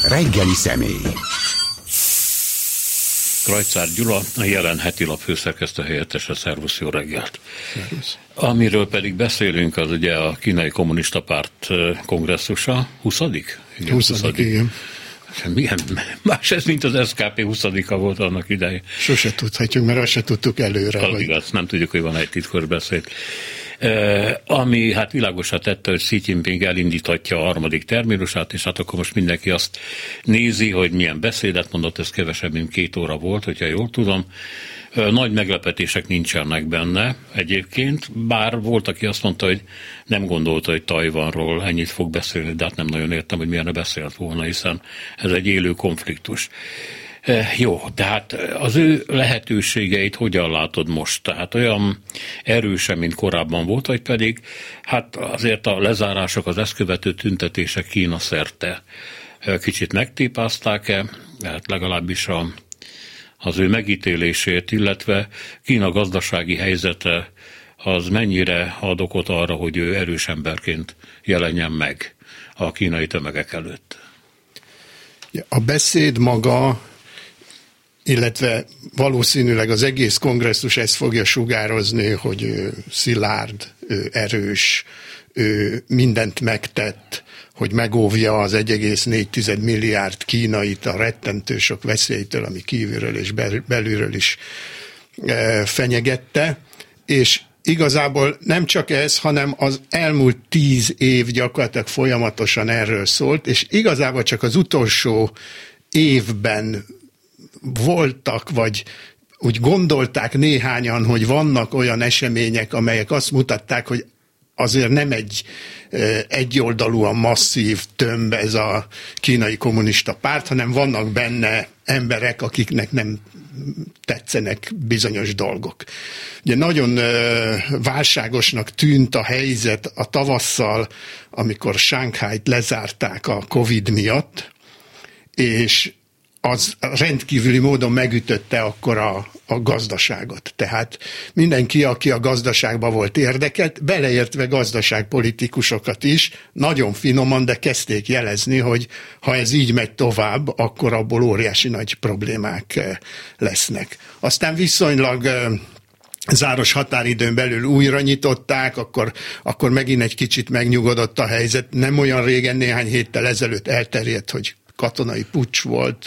Reggeli személy. Krajcár Gyula, a Jelen heti lap főszerkesztő helyettese. Szervusz, jó reggelt! Szervusz. Amiről pedig beszélünk, az ugye a kínai kommunista párt kongresszusa. 20. Igen, 20. Igen. Milyen más ez, mint az SZKP 20-a volt annak idején. Sose tudhatjuk, mert azt se tudtuk előre. Az igaz, nem tudjuk, hogy van egy titkos beszéd. Ami hát világosá tette, hogy Xi Jinping elindíthatja a harmadik terminusát, és hát akkor most mindenki azt nézi, hogy milyen beszédet mondott, ez kevesebb, mint 2 óra volt, hogyha jól tudom. Nagy meglepetések nincsenek benne egyébként, bár volt, aki azt mondta, hogy nem gondolta, hogy Tajvanról ennyit fog beszélni, de hát nem nagyon értem, hogy milyen beszélt volna, hiszen ez egy élő konfliktus. Jó, tehát az ő lehetőségeit hogyan látod most? Tehát olyan erősen, mint korábban volt, vagy pedig hát azért a lezárások, az ezt követő tüntetések Kína szerte kicsit megtépázták-e, hát legalábbis az ő megítélését, illetve Kína gazdasági helyzete az mennyire ad okot arra, hogy ő erős emberként jelenjen meg a kínai tömegek előtt? A beszéd maga, illetve valószínűleg az egész kongresszus ezt fogja sugározni, hogy ő szilárd, ő erős, ő mindent megtett, hogy megóvja az 1,4 milliárd kínait a rettentő sok veszélytől, ami kívülről és belülről is fenyegette, és igazából nem csak ez, hanem az elmúlt 10 év gyakorlatilag folyamatosan erről szólt, és igazából csak az utolsó évben voltak, vagy úgy gondolták néhányan, hogy vannak olyan események, amelyek azt mutatták, hogy azért nem egy egyoldalúan masszív tömb ez a kínai kommunista párt, hanem vannak benne emberek, akiknek nem tetszenek bizonyos dolgok. Ugye nagyon válságosnak tűnt a helyzet a tavasszal, amikor Shanghait lezárták a Covid miatt, és az rendkívüli módon megütötte akkor a gazdaságot. Tehát mindenki, aki a gazdaságban volt érdekelt, beleértve gazdaságpolitikusokat is, nagyon finoman, de kezdték jelezni, hogy ha ez így megy tovább, akkor abból óriási nagy problémák lesznek. Aztán viszonylag záros határidőn belül újra nyitották, akkor megint egy kicsit megnyugodott a helyzet. Nem olyan régen, néhány héttel ezelőtt elterjedt, hogy katonai puccs volt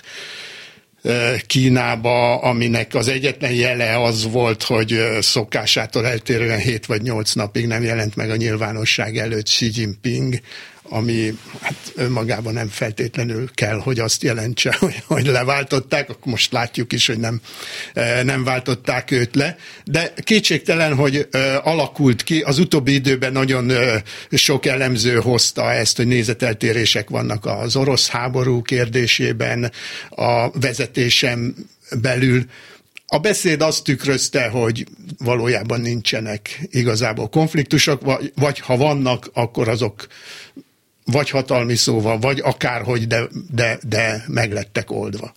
Kínába, aminek az egyetlen jele az volt, hogy szokásától eltérően 7 vagy 8 napig nem jelent meg a nyilvánosság előtt Xi Jinping, ami hát önmagában nem feltétlenül kell, hogy azt jelentse, hogy leváltották, akkor most látjuk is, hogy nem váltották őt le, de kétségtelen, hogy alakult ki, az utóbbi időben nagyon sok elemző hozta ezt, hogy nézeteltérések vannak az orosz háború kérdésében, a vezetésem belül. A beszéd azt tükrözte, hogy valójában nincsenek igazából konfliktusok, vagy ha vannak, akkor azok vagy hatalmi szóval, vagy akárhogy, de meglettek oldva.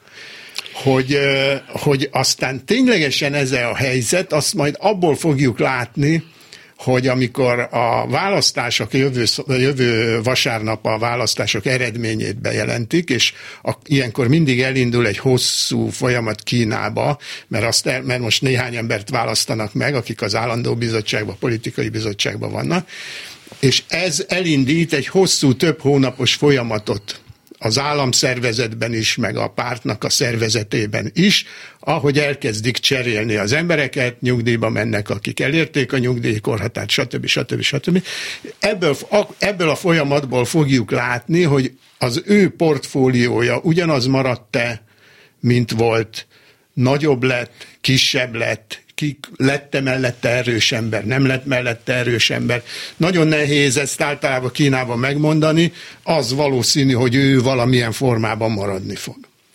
Hogy aztán ténylegesen ez a helyzet, azt majd abból fogjuk látni, hogy amikor a választások jövő vasárnap a választások eredményét bejelentik, és ilyenkor mindig elindul egy hosszú folyamat Kínába, mert most néhány embert választanak meg, akik az állandó bizottságban, politikai bizottságban vannak, és ez elindít egy hosszú, több hónapos folyamatot az államszervezetben is, meg a pártnak a szervezetében is, ahogy elkezdik cserélni az embereket, nyugdíjba mennek, akik elérték a nyugdíjkorhatárt, stb. Ebből a folyamatból fogjuk látni, hogy az ő portfóliója ugyanaz maradt-e, mint volt, nagyobb lett, kisebb lett, lett-e mellette erős ember, nem lett mellette erős ember. Nagyon nehéz ezt általában Kínában megmondani, az valószínű, hogy ő valamilyen formában maradni fog.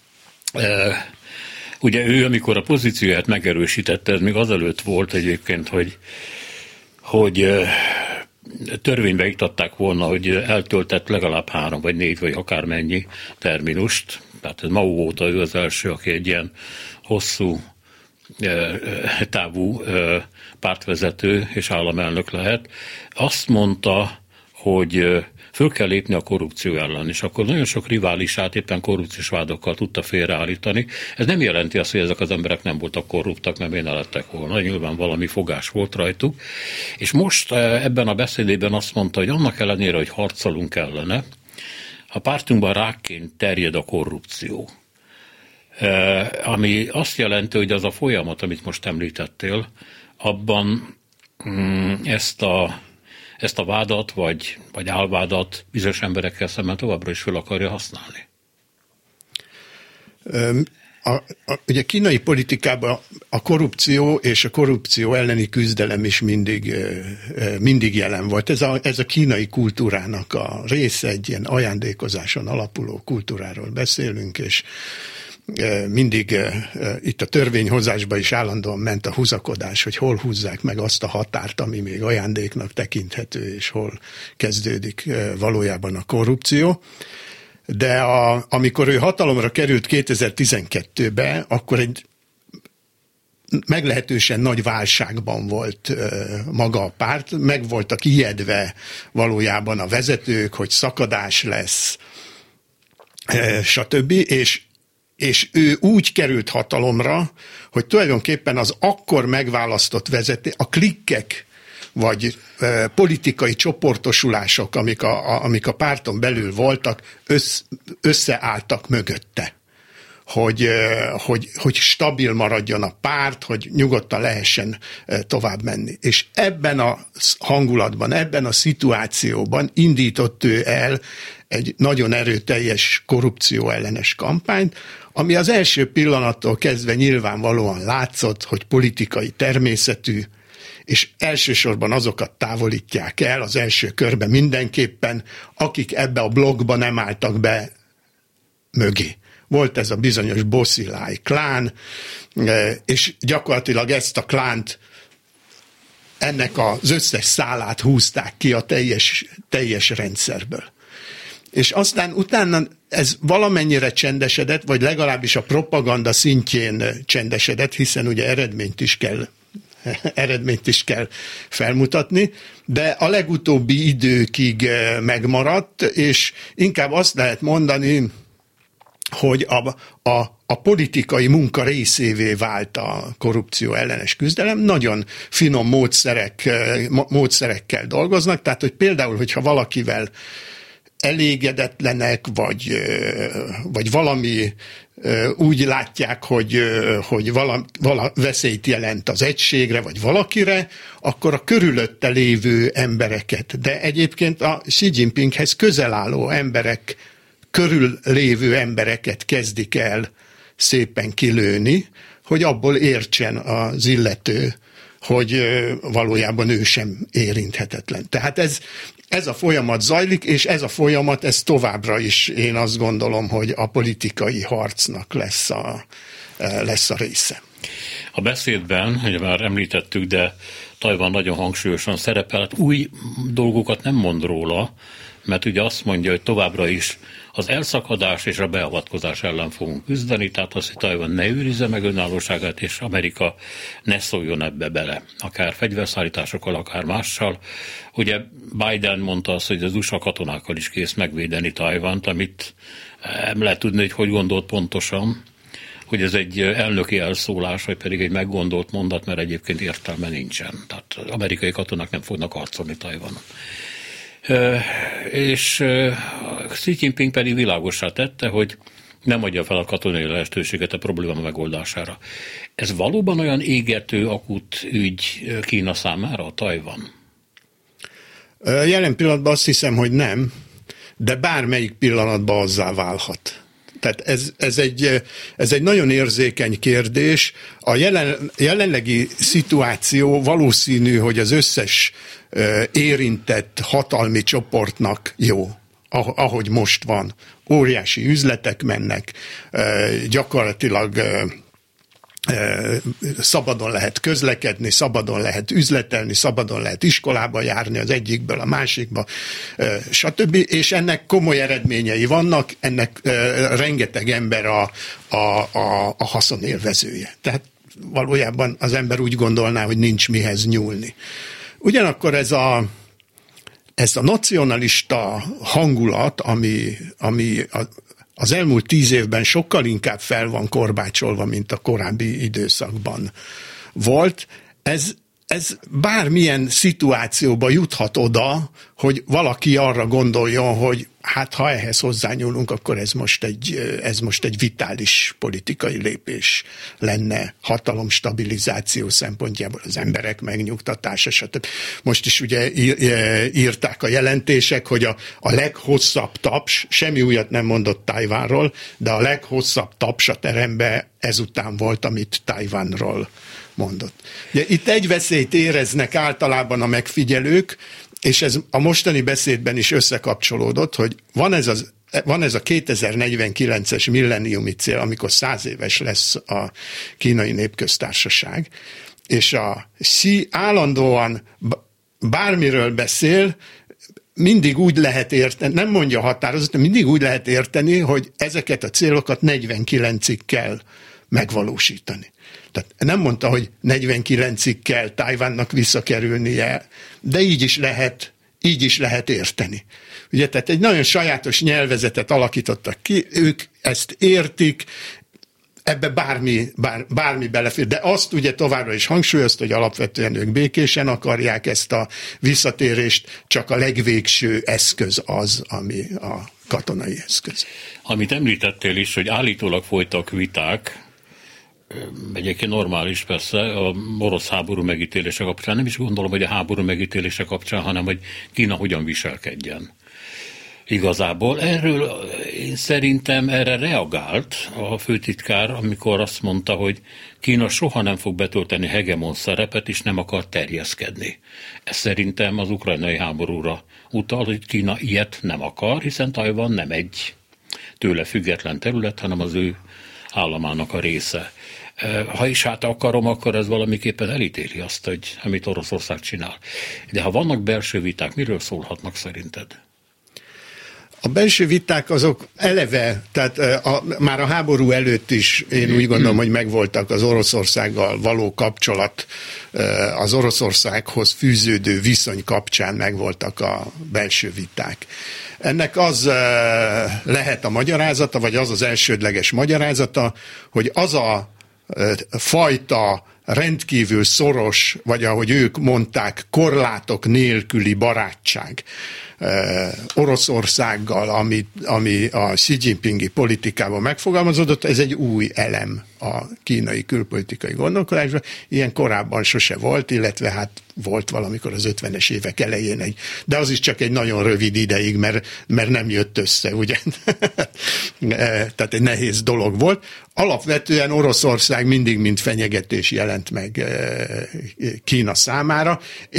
Ugye ő, amikor a pozícióját megerősítette, ez még azelőtt volt egyébként, hogy törvénybe iktatták volna, hogy eltöltett legalább 3 vagy 4 vagy akármennyi terminust. Tehát ez Mao óta ő az első, aki egy ilyen hosszú távú pártvezető és államelnök lehet. Azt mondta, hogy föl kell lépni a korrupció ellen, és akkor nagyon sok riválisát éppen korrupciós vádokkal tudta félreállítani. Ez nem jelenti azt, hogy ezek az emberek nem voltak korruptak, mert miért ne lettek volna. Nyilván valami fogás volt rajtuk. És most ebben a beszédében azt mondta, hogy annak ellenére, hogy harcolunk ellene, a pártunkban rákként terjed a korrupció. Ami azt jelenti, hogy az a folyamat, amit most említettél, abban ezt a vádat, vagy álvádat bizonyos emberekkel szemben továbbra is fel akarja használni. Ugye kínai politikában a korrupció és a korrupció elleni küzdelem is mindig jelen volt. Ez a kínai kultúrának a része, egy ilyen ajándékozáson alapuló kultúráról beszélünk, és mindig itt a törvényhozásban is állandóan ment a húzakodás, hogy hol húzzák meg azt a határt, ami még ajándéknak tekinthető, és hol kezdődik valójában a korrupció. De amikor ő hatalomra került 2012-ben, akkor egy meglehetősen nagy válságban volt maga a párt, meg voltak ijedve valójában a vezetők, hogy szakadás lesz, stb. És ő úgy került hatalomra, hogy tulajdonképpen az akkor megválasztott vezető, a klikkek, vagy politikai csoportosulások, amik a párton belül voltak, összeálltak mögötte. Hogy stabil maradjon a párt, hogy nyugodtan lehessen tovább menni. És ebben a hangulatban, ebben a szituációban indított ő el egy nagyon erőteljes korrupció ellenes kampányt, ami az első pillanattól kezdve nyilvánvalóan látszott, hogy politikai természetű, és elsősorban azokat távolítják el az első körben mindenképpen, akik ebbe a blokkba nem álltak be mögé. Volt ez a bizonyos Boszilai klán, és gyakorlatilag ezt a klánt, ennek az összes szálát húzták ki a teljes rendszerből. És aztán utána ez valamennyire csendesedett, vagy legalábbis a propaganda szintjén csendesedett, hiszen ugye eredményt is kell felmutatni, de a legutóbbi időkig megmaradt, és inkább azt lehet mondani, hogy a politikai munka részévé vált a korrupció ellenes küzdelem, nagyon finom módszerekkel dolgoznak, tehát hogy például, hogyha valakivel elégedetlenek, vagy valami úgy látják, hogy veszélyt jelent az egységre, vagy valakire, akkor a körülötte lévő embereket, de egyébként a Xi Jinpinghez közel álló emberek, körül lévő embereket kezdik el szépen kilőni, hogy abból értsen az illető, hogy valójában ő sem érinthetetlen. Tehát ez a folyamat zajlik, és ez a folyamat, ez továbbra is, én azt gondolom, hogy a politikai harcnak lesz a része. A beszédben, ugye már említettük, de Tajvan nagyon hangsúlyosan szerepel, hát új dolgokat nem mond róla, mert ugye azt mondja, hogy továbbra is az elszakadás és a beavatkozás ellen fogunk küzdeni, tehát az, hogy Tajvan ne őrizze meg önállóságát, és Amerika ne szóljon ebbe bele, akár fegyverszállításokkal, akár mással. Ugye Biden mondta azt, hogy az USA katonákkal is kész megvédeni Tajvant, amit nem lehet tudni, hogy gondolt pontosan, hogy ez egy elnöki elszólás, vagy pedig egy meggondolt mondat, mert egyébként értelme nincsen. Tehát amerikai katonák nem fognak harcolni Tajvanon. És Xi Jinping pedig világossá tette, hogy nem adja fel a katonai lehetőséget a probléma megoldására. Ez valóban olyan égető, akut ügy Kína számára, a Tajvan? Jelen pillanatban azt hiszem, hogy nem, de bármelyik pillanatban azzá válhat. Tehát ez egy nagyon érzékeny kérdés. A jelenlegi szituáció valószínű, hogy az összes érintett hatalmi csoportnak jó, ahogy most van. Óriási üzletek mennek, gyakorlatilag szabadon lehet közlekedni, szabadon lehet üzletelni, szabadon lehet iskolába járni az egyikből a másikba, stb. És ennek komoly eredményei vannak, ennek rengeteg ember a haszonélvezője. Tehát valójában az ember úgy gondolná, hogy nincs mihez nyúlni. Ugyanakkor ez a ez a nacionalista hangulat, ami az elmúlt 10 évben sokkal inkább fel van korbácsolva, mint a korábbi időszakban volt, ez bármilyen szituációba juthat oda, hogy valaki arra gondoljon, hogy hát ha ehhez hozzányúlunk, akkor ez most egy vitális politikai lépés lenne, hatalomstabilizáció szempontjából, az emberek megnyugtatása, stb. Most is ugye írták a jelentések, hogy a leghosszabb taps, semmi újat nem mondott Tajvanról, de a leghosszabb taps a terembe ezután volt, amit Tajvanról mondott. Ugye, itt egy veszélyt éreznek általában a megfigyelők, és ez a mostani beszédben is összekapcsolódott, hogy van ez a 2049-es milleniumi cél, amikor 100 éves lesz a Kínai Népköztársaság, és a Xi állandóan bármiről beszél, mindig úgy lehet érteni, nem mondja határozottan, mindig úgy lehet érteni, hogy ezeket a célokat 49-ig kell megvalósítani. Tehát nem mondta, hogy 49-ig kell Tajvannak visszakerülnie, de így is lehet érteni. Ugye, tehát egy nagyon sajátos nyelvezetet alakítottak ki, ők ezt értik, ebbe bármi belefér, de azt ugye továbbra is hangsúlyozta, hogy alapvetően ők békésen akarják ezt a visszatérést, csak a legvégső eszköz az, ami a katonai eszköz. Amit említettél is, hogy állítólag folytak viták, egyébként normális persze, a orosz háború megítélése kapcsán, nem is gondolom, hogy a háború megítélése kapcsán, hanem hogy Kína hogyan viselkedjen. Igazából erről én szerintem erre reagált a főtitkár, amikor azt mondta, hogy Kína soha nem fog betölteni hegemon szerepet, és nem akar terjeszkedni. Ez szerintem az ukrajnai háborúra utal, hogy Kína ilyet nem akar, hiszen Tajvan nem egy tőle független terület, hanem az ő államának a része. Ha is hát akarom, akkor ez valamiképpen elítéli azt, hogy amit Oroszország csinál. De ha vannak belső viták, miről szólhatnak szerinted? A belső viták azok eleve, tehát már a háború előtt is én úgy gondolom, hogy megvoltak az Oroszországgal való kapcsolat, az Oroszországhoz fűződő viszony kapcsán megvoltak a belső viták. Ennek az lehet a magyarázata, vagy az elsődleges magyarázata, hogy az a fajta rendkívül szoros, vagy ahogy ők mondták, korlátok nélküli barátság Oroszországgal, ami a Xi Jinpingi politikában megfogalmazódott, ez egy új elem a kínai külpolitikai gondolkodásban. Ilyen korábban sose volt, illetve hát volt valamikor az 50-es évek elején de az is csak egy nagyon rövid ideig, mert nem jött össze, ugye? Tehát egy nehéz dolog volt. Alapvetően Oroszország mindig mint fenyegetés jelent meg Kína számára,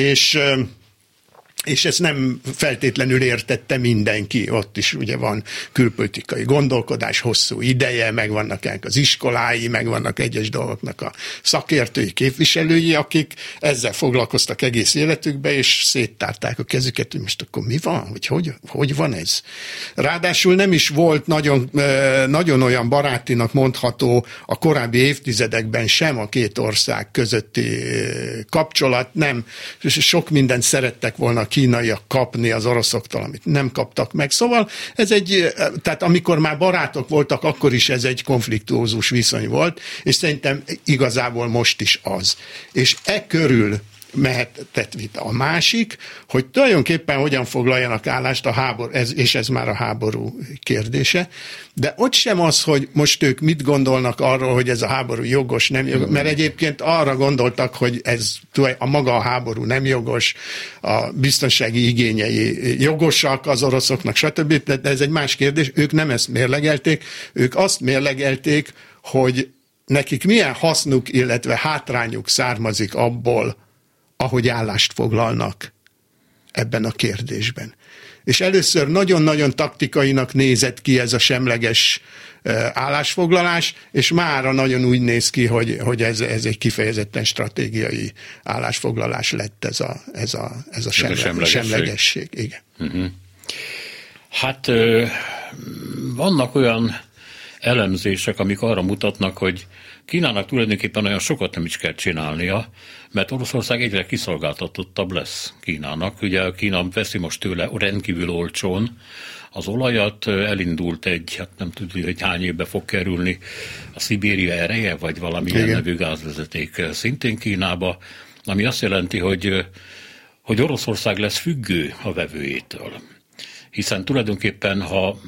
és ezt nem feltétlenül értette mindenki. Ott is ugye van külpolitikai gondolkodás hosszú ideje, megvannak az iskolái, megvannak egyes dolgoknak a szakértői képviselői, akik ezzel foglalkoztak egész életükbe, és széttárták a kezüket, hogy most akkor mi van, hogy van ez. Ráadásul nem is volt nagyon olyan barátinak mondható a korábbi évtizedekben sem a két ország közötti kapcsolat, nem, sok mindent szerettek volna kínaiak kapni az oroszoktól, amit nem kaptak meg. Szóval tehát amikor már barátok voltak, akkor is ez egy konfliktuózus viszony volt, és szerintem igazából most is az. És körül mehetett vita. A másik, hogy tulajdonképpen hogyan foglaljanak állást a háború, és ez már a háború kérdése, de ott sem az, hogy most ők mit gondolnak arról, hogy ez a háború jogos, nem jogos, mert egyébként arra gondoltak, hogy a maga a háború nem jogos, a biztonsági igényei jogosak az oroszoknak, stb. De ez egy más kérdés, ők nem ezt mérlegelték, ők azt mérlegelték, hogy nekik milyen hasznuk, illetve hátrányuk származik abból, ahogy állást foglalnak ebben a kérdésben. És először nagyon-nagyon taktikainak nézett ki ez a semleges állásfoglalás, és mára nagyon úgy néz ki, hogy ez egy kifejezetten stratégiai állásfoglalás lett ez a semlegesség. Igen. Hát vannak olyan elemzések, amik arra mutatnak, hogy Kínának tulajdonképpen olyan sokat nem is kell csinálnia, mert Oroszország egyre kiszolgáltatottabb lesz Kínának. Ugye Kína veszi most tőle rendkívül olcsón az olajat, elindult hát nem tudja, hogy hány évbe fog kerülni a Szibéria ereje, vagy valamilyen nevű gázvezeték szintén Kínába, ami azt jelenti, hogy Oroszország lesz függő a vevőjétől. Hiszen tulajdonképpen, ha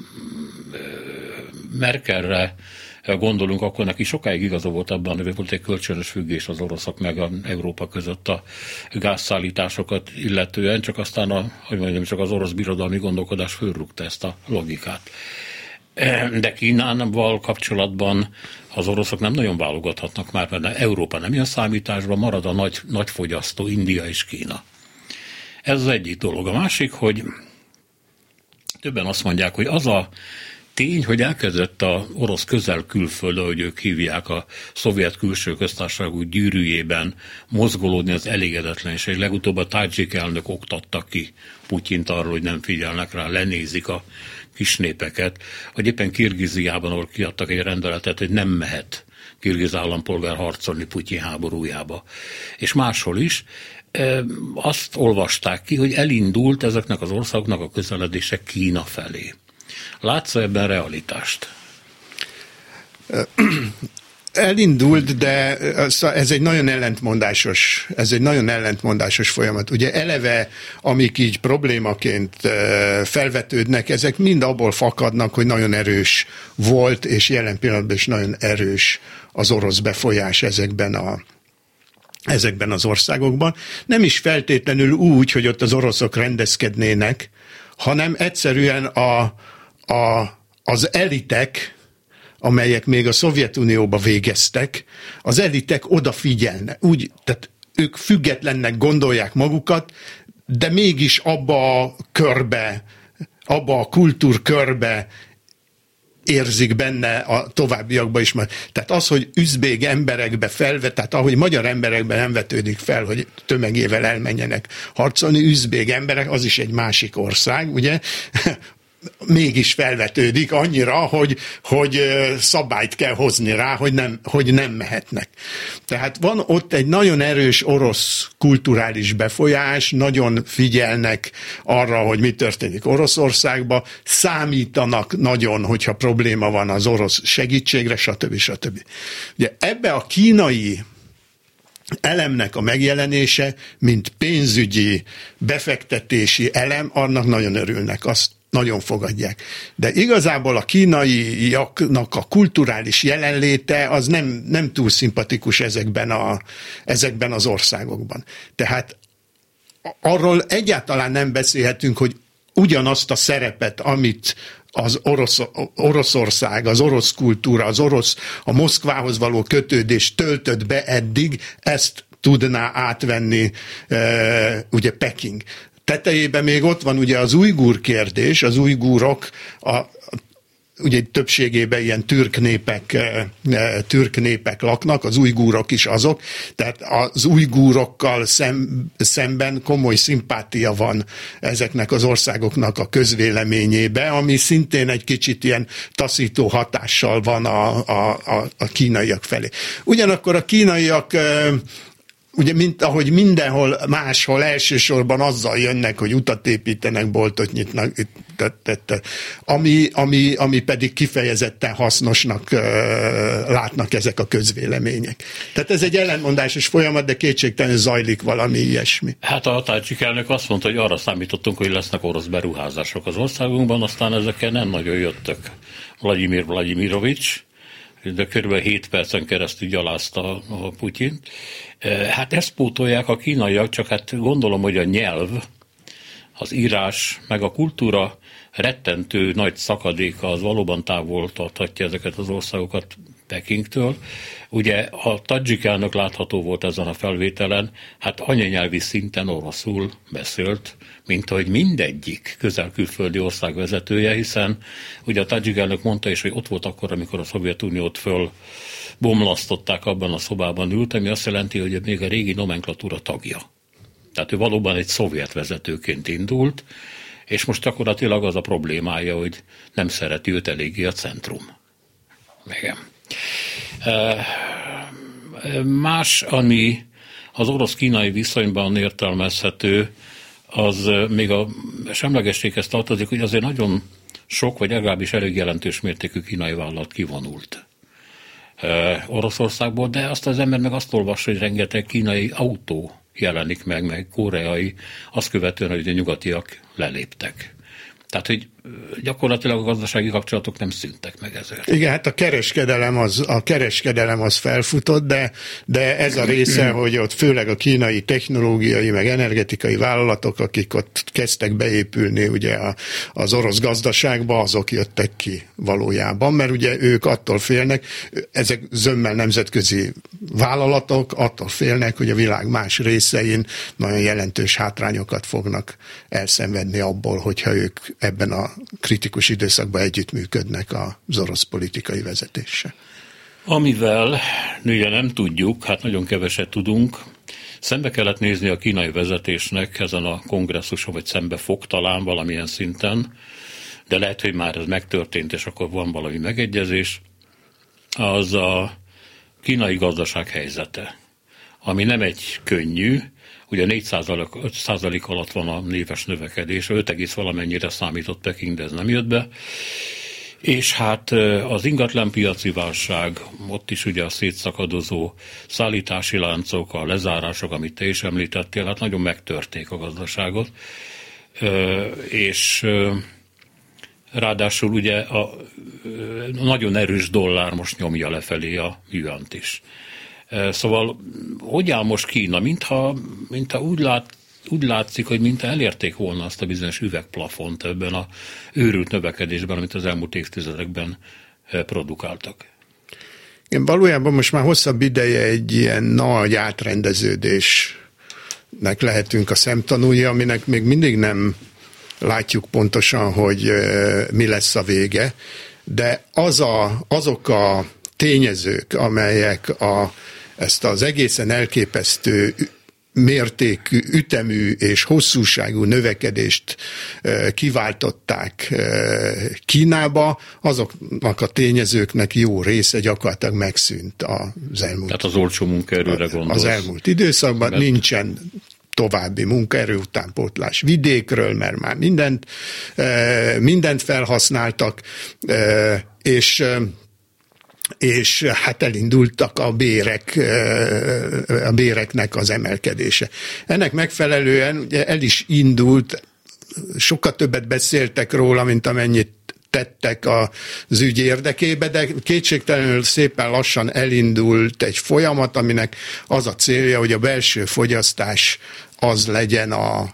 Merkelre gondolunk, akkor neki sokáig igaza volt abban, hogy volt egy kölcsönös függés az oroszok meg a Európa között a gázszállításokat illetően, csak aztán csak az orosz birodalmi gondolkodás fölrúgta ezt a logikát. De Kínával kapcsolatban az oroszok nem nagyon válogathatnak már, mert Európa nem jön számításba, marad a nagy fogyasztó, India és Kína. Ez az egyik dolog. A másik, hogy többen azt mondják, hogy az a tény, hogy elkezdett az orosz közel-külföld, ahogy ők hívják, a szovjet külső köztársaságú gyűrűjében mozgolódni az elégedetlenség. Legutóbb a tádzsik elnök oktatta ki Putyint arról, hogy nem figyelnek rá, lenézik a kis népeket. Vagy éppen Kirgiziában, ahol kiadtak egy rendeletet, hogy nem mehet kirgiz állampolgár harcolni Putyin háborújába. És máshol is. Azt olvasták ki, hogy elindult ezeknek az országoknak a közeledése Kína felé. Látsz ebben realitást? Elindult, de ez egy nagyon ellentmondásos folyamat. Ugye eleve, amik így problémaként felvetődnek, ezek mind abból fakadnak, hogy nagyon erős volt, és jelen pillanatban is nagyon erős az orosz befolyás ezekben az országokban. Nem is feltétlenül úgy, hogy ott az oroszok rendezkednének, hanem egyszerűen az elitek, amelyek még a Szovjetunióba végeztek, az elitek odafigyelnek. Tehát ők függetlennek gondolják magukat, de mégis abba a kultúrkörbe érzik benne a továbbiakban is. Tehát az, hogy üzbég emberekbe tehát ahogy magyar emberekben nem vetődik fel, hogy tömegével elmenjenek harcolni, üzbég emberek, az is egy másik ország, ugye? Mégis felvetődik annyira, hogy szabályt kell hozni rá, hogy nem mehetnek. Tehát van ott egy nagyon erős orosz kulturális befolyás, nagyon figyelnek arra, hogy mi történik Oroszországban, számítanak nagyon, hogyha probléma van az orosz segítségre, stb. Ugye ebbe a kínai elemnek a megjelenése, mint pénzügyi, befektetési elem, annak nagyon örülnek, azt nagyon fogadják. De igazából a kínaiaknak a kulturális jelenléte az nem túl szimpatikus ezekben az országokban. Tehát arról egyáltalán nem beszélhetünk, hogy ugyanazt a szerepet, amit az Oroszország, az orosz kultúra, a Moszkvához való kötődés töltött be eddig, ezt tudná átvenni ugye Peking. Tetejében még ott van ugye az ujgur kérdés, az ujgurok, ugye többségében ilyen türk népek laknak, az ujgurok is azok, tehát az ujgurokkal szemben komoly szimpátia van ezeknek az országoknak a közvéleményébe, ami szintén egy kicsit ilyen taszító hatással van a kínaiak felé. Ugyanakkor a kínaiak ugye, mint ahogy mindenhol máshol elsősorban azzal jönnek, hogy utat építenek, boltot nyitnak, ami pedig kifejezetten hasznosnak látnak ezek a közvélemények. Tehát ez egy ellentmondásos folyamat, de kétségtelenül zajlik valami ilyesmi. Hát a tádzsik elnök azt mondta, hogy arra számítottunk, hogy lesznek orosz beruházások az országunkban, aztán ezekkel nem nagyon jöttek. Vladimir Vladimirovics, de kb. 7 percen keresztül gyalázta a Putyint. Hát ezt pótolják a kínaiak, csak hát gondolom, hogy a nyelv, az írás, meg a kultúra rettentő nagy szakadéka az valóban távol tarthatja ezeket az országokat Pekingtől. Ugye a tadzsik elnök látható volt ezen a felvételen, hát anyanyelvi szinten oroszul beszélt, mint ahogy mindegyik közel-külföldi ország vezetője, hiszen ugye a tadzsik elnök mondta is, hogy ott volt akkor, amikor a Szovjetuniót fölbomlasztották, abban a szobában ült, ami azt jelenti, hogy még a régi nomenklatúra tagja. Tehát ő valóban egy szovjet vezetőként indult, és most gyakorlatilag az a problémája, hogy nem szereti őt eléggé a centrum. Igen. Más, ami az orosz-kínai viszonyban értelmezhető, az még a semlegességhez tartozik, hogy azért nagyon sok, vagy legalábbis elég jelentős mértékű kínai vállalat kivonult Oroszországból, de azt az ember meg azt olvassa, hogy rengeteg kínai autó jelenik meg koreai, azt követően, hogy a nyugatiak leléptek. Tehát, hogy gyakorlatilag a gazdasági kapcsolatok nem szűntek meg ezért. Igen, hát a kereskedelem az felfutott, de ez a része, hogy ott főleg a kínai technológiai, meg energetikai vállalatok, akik ott kezdtek beépülni ugye az orosz gazdaságba, azok jöttek ki valójában, mert ugye ők attól félnek, ezek zömmel nemzetközi vállalatok, attól félnek, hogy a világ más részein nagyon jelentős hátrányokat fognak elszenvedni abból, hogyha ők ebben a kritikus időszakban együttműködnek az orosz politikai vezetéssel. Amivel ugye nem tudjuk, hát nagyon keveset tudunk, szembe kellett nézni a kínai vezetésnek ezen a kongresszuson, vagy szembe fog talán valamilyen szinten, de lehet, hogy már ez megtörtént, és akkor van valami megegyezés, az a kínai gazdaság helyzete, ami nem egy könnyű, ugye 4% alatt van a éves növekedés, 5, valamennyire számított Peking, de ez nem jött be. És hát az ingatlanpiaci válság, ott is ugye a szétszakadozó szállítási láncok, a lezárások, amit te is említettél, hát nagyon megtörték a gazdaságot. És ráadásul ugye a nagyon erős dollár most nyomja lefelé a yuant is. Szóval hogy áll most Kína? Mintha úgy látszik, hogy mintha elérték volna azt a bizonyos üvegplafont ebben a őrült növekedésben, amit az elmúlt évtizedekben produkáltak. Igen, valójában most már hosszabb ideje egy ilyen nagy átrendeződésnek lehetünk a szemtanúi, aminek még mindig nem látjuk pontosan, hogy mi lesz a vége, de azok a tényezők, amelyek ezt az egészen elképesztő mértékű, ütemű és hosszúságú növekedést kiváltották Kínába, azoknak a tényezőknek jó része gyakorlatilag megszűnt az elmúlt. Tehát az olcsó munkaerőre gondolsz. Az elmúlt időszakban nincsen további munkaerő utánpótlás vidékről, mert már mindent felhasználtak, és hát elindultak a béreknek az emelkedése. Ennek megfelelően ugye el is indult, sokkal többet beszéltek róla, mint amennyit tettek az ügy érdekébe, de kétségtelenül szépen lassan elindult egy folyamat, aminek az a célja, hogy a belső fogyasztás az legyen a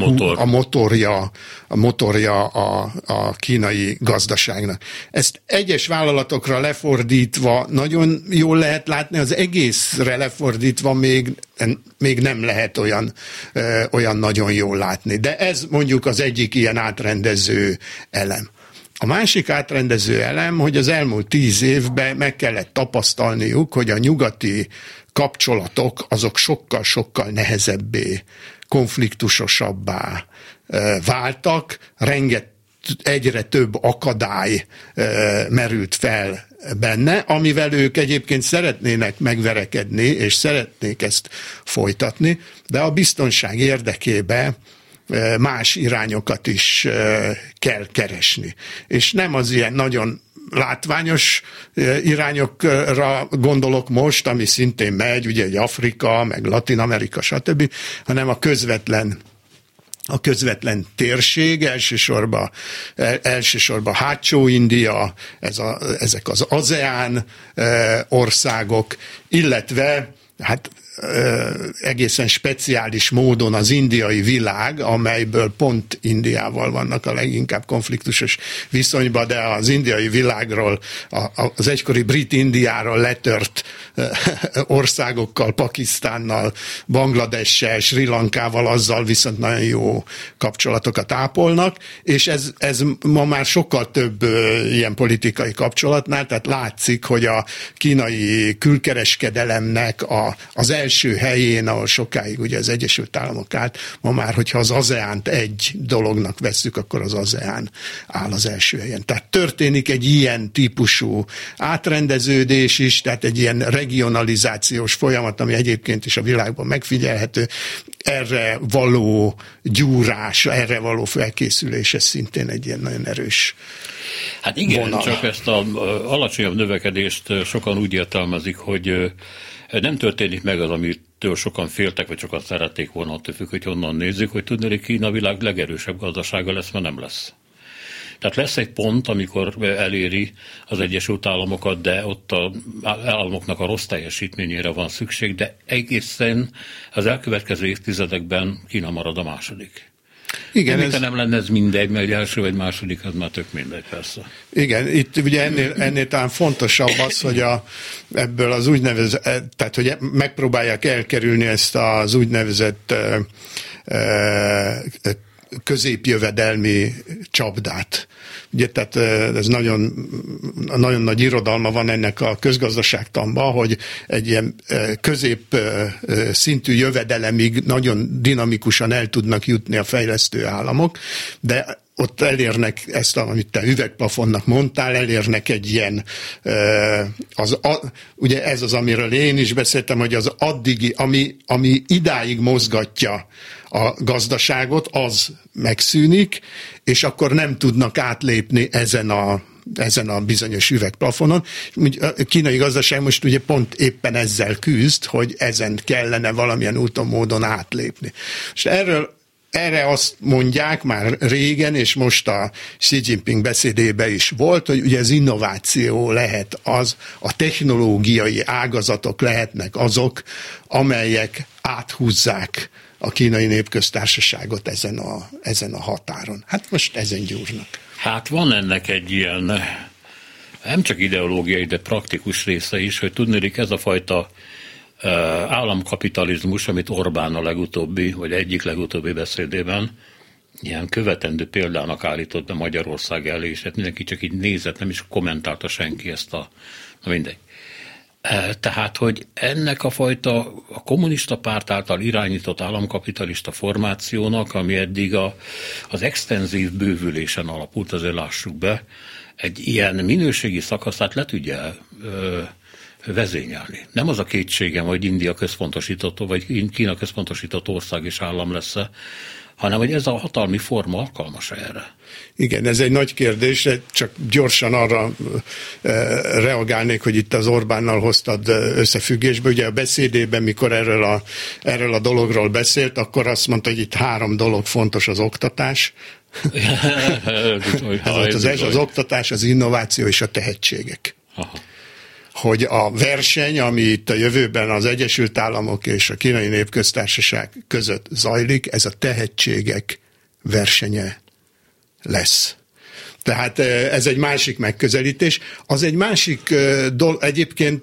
motorja a kínai gazdaságnak. Ezt egyes vállalatokra lefordítva nagyon jól lehet látni, az egészre lefordítva még nem lehet olyan nagyon jól látni. De ez mondjuk az egyik ilyen átrendező elem. A másik átrendező elem, hogy az elmúlt 10 évben meg kellett tapasztalniuk, hogy a nyugati kapcsolatok azok sokkal-sokkal nehezebbé, konfliktusosabbá váltak, egyre több akadály merült fel benne, amivel ők egyébként szeretnének megverekedni, és szeretnék ezt folytatni, de a biztonság érdekében más irányokat is kell keresni. És nem az ilyen nagyon látványos irányokra gondolok most, ami szintén megy, ugye egy Afrika, meg Latin Amerika, stb., hanem a közvetlen térség, elsősorban Hátsó India, ezek az ASEAN országok, illetve hát egészen speciális módon az indiai világ, amelyből pont Indiával vannak a leginkább konfliktusos viszonyban, de az indiai világról, az egykori brit Indiáról letört országokkal, Pakisztánnal, Bangladessel, Sri Lankával, azzal viszont nagyon jó kapcsolatokat ápolnak, és ez ma már sokkal több ilyen politikai kapcsolatnál, tehát látszik, hogy a kínai külkereskedelemnek az első első helyén, ahol sokáig ugye az Egyesült Államok állt, ma már, hogyha az ASEAN-t egy dolognak vesszük, akkor az ASEAN áll az első helyen. Tehát történik egy ilyen típusú átrendeződés is, tehát egy ilyen regionalizációs folyamat, ami egyébként is a világban megfigyelhető, erre való gyúrás, erre való felkészülés, ez szintén egy ilyen nagyon erős Hát igen, vonal. Csak ezt az alacsonyabb növekedést sokan úgy értelmezik, hogy nem történik meg az, amitől sokan féltek, vagy sokan szerették volna, attól függ, hogy honnan nézzük, hogy tudni, hogy Kína a világ legerősebb gazdasága lesz, mert nem lesz. Tehát lesz egy pont, amikor eléri az Egyesült Államokat, de ott az államoknak a rossz teljesítményére van szükség, de egészen az elkövetkező évtizedekben Kína marad a második. Igen, ez nem lenne ez mindegy, mert egy első vagy második, az már tök mindegy, persze. Igen, itt ugye ennél talán fontosabb az, hogy ebből az úgynevezett, tehát hogy megpróbálják elkerülni ezt az úgynevezett középjövedelmi csapdát. Ugye, tehát ez nagyon nagy irodalma van ennek a közgazdaságtanban, hogy egy ilyen közép szintű jövedelemig nagyon dinamikusan el tudnak jutni a fejlesztő államok, de ott elérnek ezt, amit te üvegplafonnak mondtál, elérnek egy ilyen, ugye ez az, amiről én is beszéltem, hogy az addigi, ami idáig mozgatja a gazdaságot, az megszűnik, és akkor nem tudnak átlépni ezen a bizonyos üvegplafonon. A kínai gazdaság most ugye pont éppen ezzel küzd, hogy ezen kellene valamilyen úton, módon átlépni. És erre azt mondják már régen, és most a Xi Jinping beszédében is volt, hogy ugye az innováció lehet az, a technológiai ágazatok lehetnek azok, amelyek áthúzzák a Kínai Népköztársaságot ezen a határon. Hát most ezen gyúrnak. Hát van ennek egy ilyen, nem csak ideológiai, de praktikus része is, hogy tudnélik ez a fajta államkapitalizmus, amit Orbán a legutóbbi, vagy egyik legutóbbi beszédében ilyen követendő példának állított be Magyarország elé, és hát mindenki csak így nézett, nem is kommentálta senki ezt na mindegy. Tehát, hogy ennek a fajta a kommunista párt által irányított államkapitalista formációnak, ami eddig az extenzív bővülésen alapult, azért lássuk be, egy ilyen minőségi szakaszát le tudja vezényelni. Nem az a kétségem, hogy India központosított, vagy Kína központosított ország és állam lesz-e, hanem hogy ez a hatalmi forma alkalmas erre. Igen, ez egy nagy kérdés, csak gyorsan arra reagálnék, hogy itt az Orbánnal hoztad összefüggésbe. Ugye a beszédében, mikor erről a dologról beszélt, akkor azt mondta, hogy itt 3 dolog fontos: az oktatás, az oktatás, az innováció és a tehetségek. Aha. Hogy a verseny, ami itt a jövőben az Egyesült Államok és a Kínai Népköztársaság között zajlik, ez a tehetségek versenye lesz. Tehát ez egy másik megközelítés. Az egy másik dolog, egyébként